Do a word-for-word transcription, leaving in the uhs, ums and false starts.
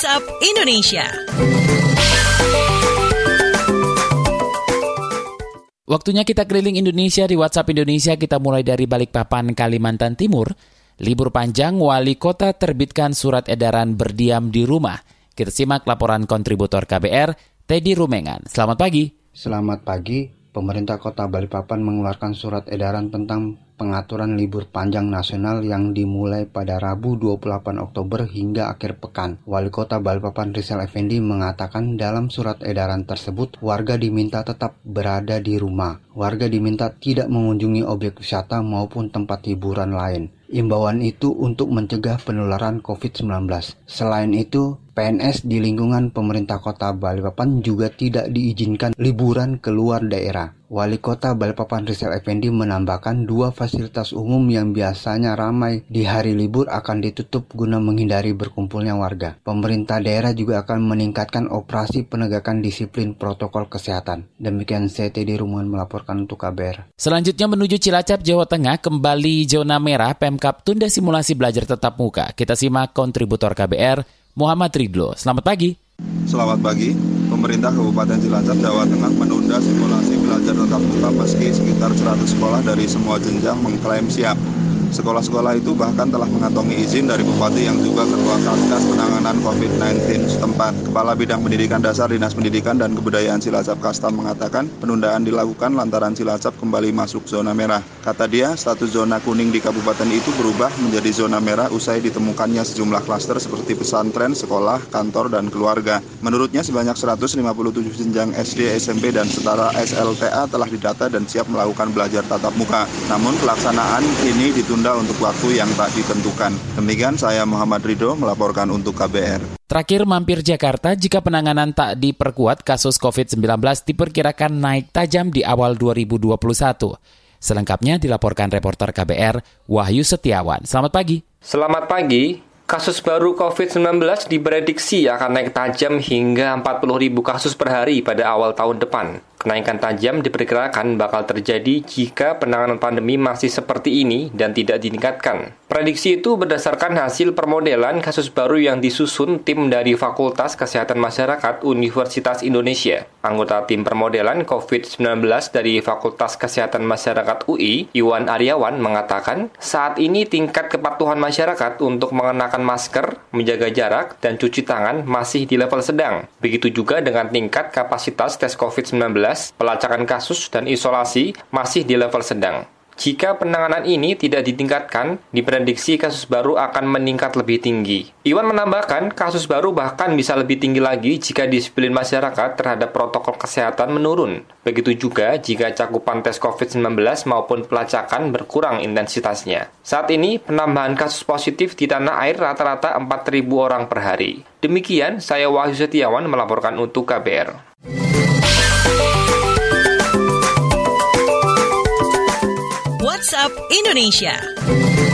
WhatsApp Indonesia. Waktunya kita keliling Indonesia di WhatsApp Indonesia. Kita mulai dari Balikpapan, Kalimantan Timur. Libur panjang, wali kota terbitkan surat edaran berdiam di rumah. Kita simak laporan kontributor K B R, Teddy Rumengan. Selamat pagi. Selamat pagi. Pemerintah Kota Balikpapan mengeluarkan surat edaran tentang pengaturan libur panjang nasional yang dimulai pada Rabu dua puluh delapan Oktober hingga akhir pekan. Wali Kota Balikpapan Rizal Effendi mengatakan dalam surat edaran tersebut warga diminta tetap berada di rumah. Warga diminta tidak mengunjungi objek wisata maupun tempat hiburan lain. Imbauan itu untuk mencegah penularan covid sembilan belas. Selain itu, P N S di lingkungan pemerintah Kota Balikpapan juga tidak diizinkan liburan keluar daerah. Wali Kota Balikpapan Rizal Effendi menambahkan dua fasilitas umum yang biasanya ramai di hari libur akan ditutup guna menghindari berkumpulnya warga. Pemerintah daerah juga akan meningkatkan operasi penegakan disiplin protokol kesehatan. Demikian saya Teddy Rumengan melaporkan untuk K B R. Selanjutnya menuju Cilacap, Jawa Tengah, kembali zona merah. Pemkab tunda simulasi belajar tatap muka. Kita simak kontributor K B R, Muhammad Ridlo. Selamat pagi. Selamat pagi. Pemerintah Kabupaten Cilacap, Jawa Tengah menunda simulasi belajar tatap muka meski sekitar seratus sekolah dari semua jenjang mengklaim siap. Sekolah-sekolah itu bahkan telah mengantongi izin dari Bupati yang juga Ketua Satgas Penanganan covid sembilan belas setempat. Kepala Bidang Pendidikan Dasar Dinas Pendidikan dan Kebudayaan Cilacap Kastam mengatakan penundaan dilakukan lantaran Cilacap kembali masuk zona merah. Kata dia, status zona kuning di kabupaten itu berubah menjadi zona merah usai ditemukannya sejumlah klaster seperti pesantren, sekolah, kantor, dan keluarga. Menurutnya sebanyak seratus lima puluh tujuh jenjang S D, S M P, dan setara S L T A telah didata dan siap melakukan belajar tatap muka. Namun pelaksanaan ini ditunda untuk waktu yang tak ditentukan. Demikian saya Muhammad Ridho melaporkan untuk K B R. Terakhir mampir Jakarta, jika penanganan tak diperkuat, kasus covid sembilan belas diperkirakan naik tajam di awal dua ribu dua puluh satu. Selengkapnya dilaporkan reporter K B R, Wahyu Setiawan. Selamat pagi. Selamat pagi. Kasus baru covid sembilan belas diprediksi akan naik tajam hingga empat puluh ribu kasus per hari pada awal tahun depan. Kenaikan tajam diperkirakan bakal terjadi jika penanganan pandemi masih seperti ini dan tidak ditingkatkan. Prediksi itu berdasarkan hasil permodelan kasus baru yang disusun tim dari Fakultas Kesehatan Masyarakat Universitas Indonesia. Anggota tim permodelan covid sembilan belas dari Fakultas Kesehatan Masyarakat U I, Iwan Aryawan, mengatakan saat ini tingkat kepatuhan masyarakat untuk mengenakan masker, menjaga jarak, dan cuci tangan masih di level sedang. Begitu juga dengan tingkat kapasitas tes covid sembilan belas, pelacakan kasus dan isolasi masih di level sedang. Jika penanganan ini tidak ditingkatkan, diprediksi kasus baru akan meningkat lebih tinggi. Iwan menambahkan, kasus baru bahkan bisa lebih tinggi lagi jika disiplin masyarakat terhadap protokol kesehatan menurun. Begitu juga jika cakupan tes covid sembilan belas maupun pelacakan berkurang intensitasnya. Saat ini, penambahan kasus positif di tanah air rata-rata empat ribu orang per hari. Demikian, saya Wahyu Setiawan melaporkan untuk K B R. WhatsApp Indonesia.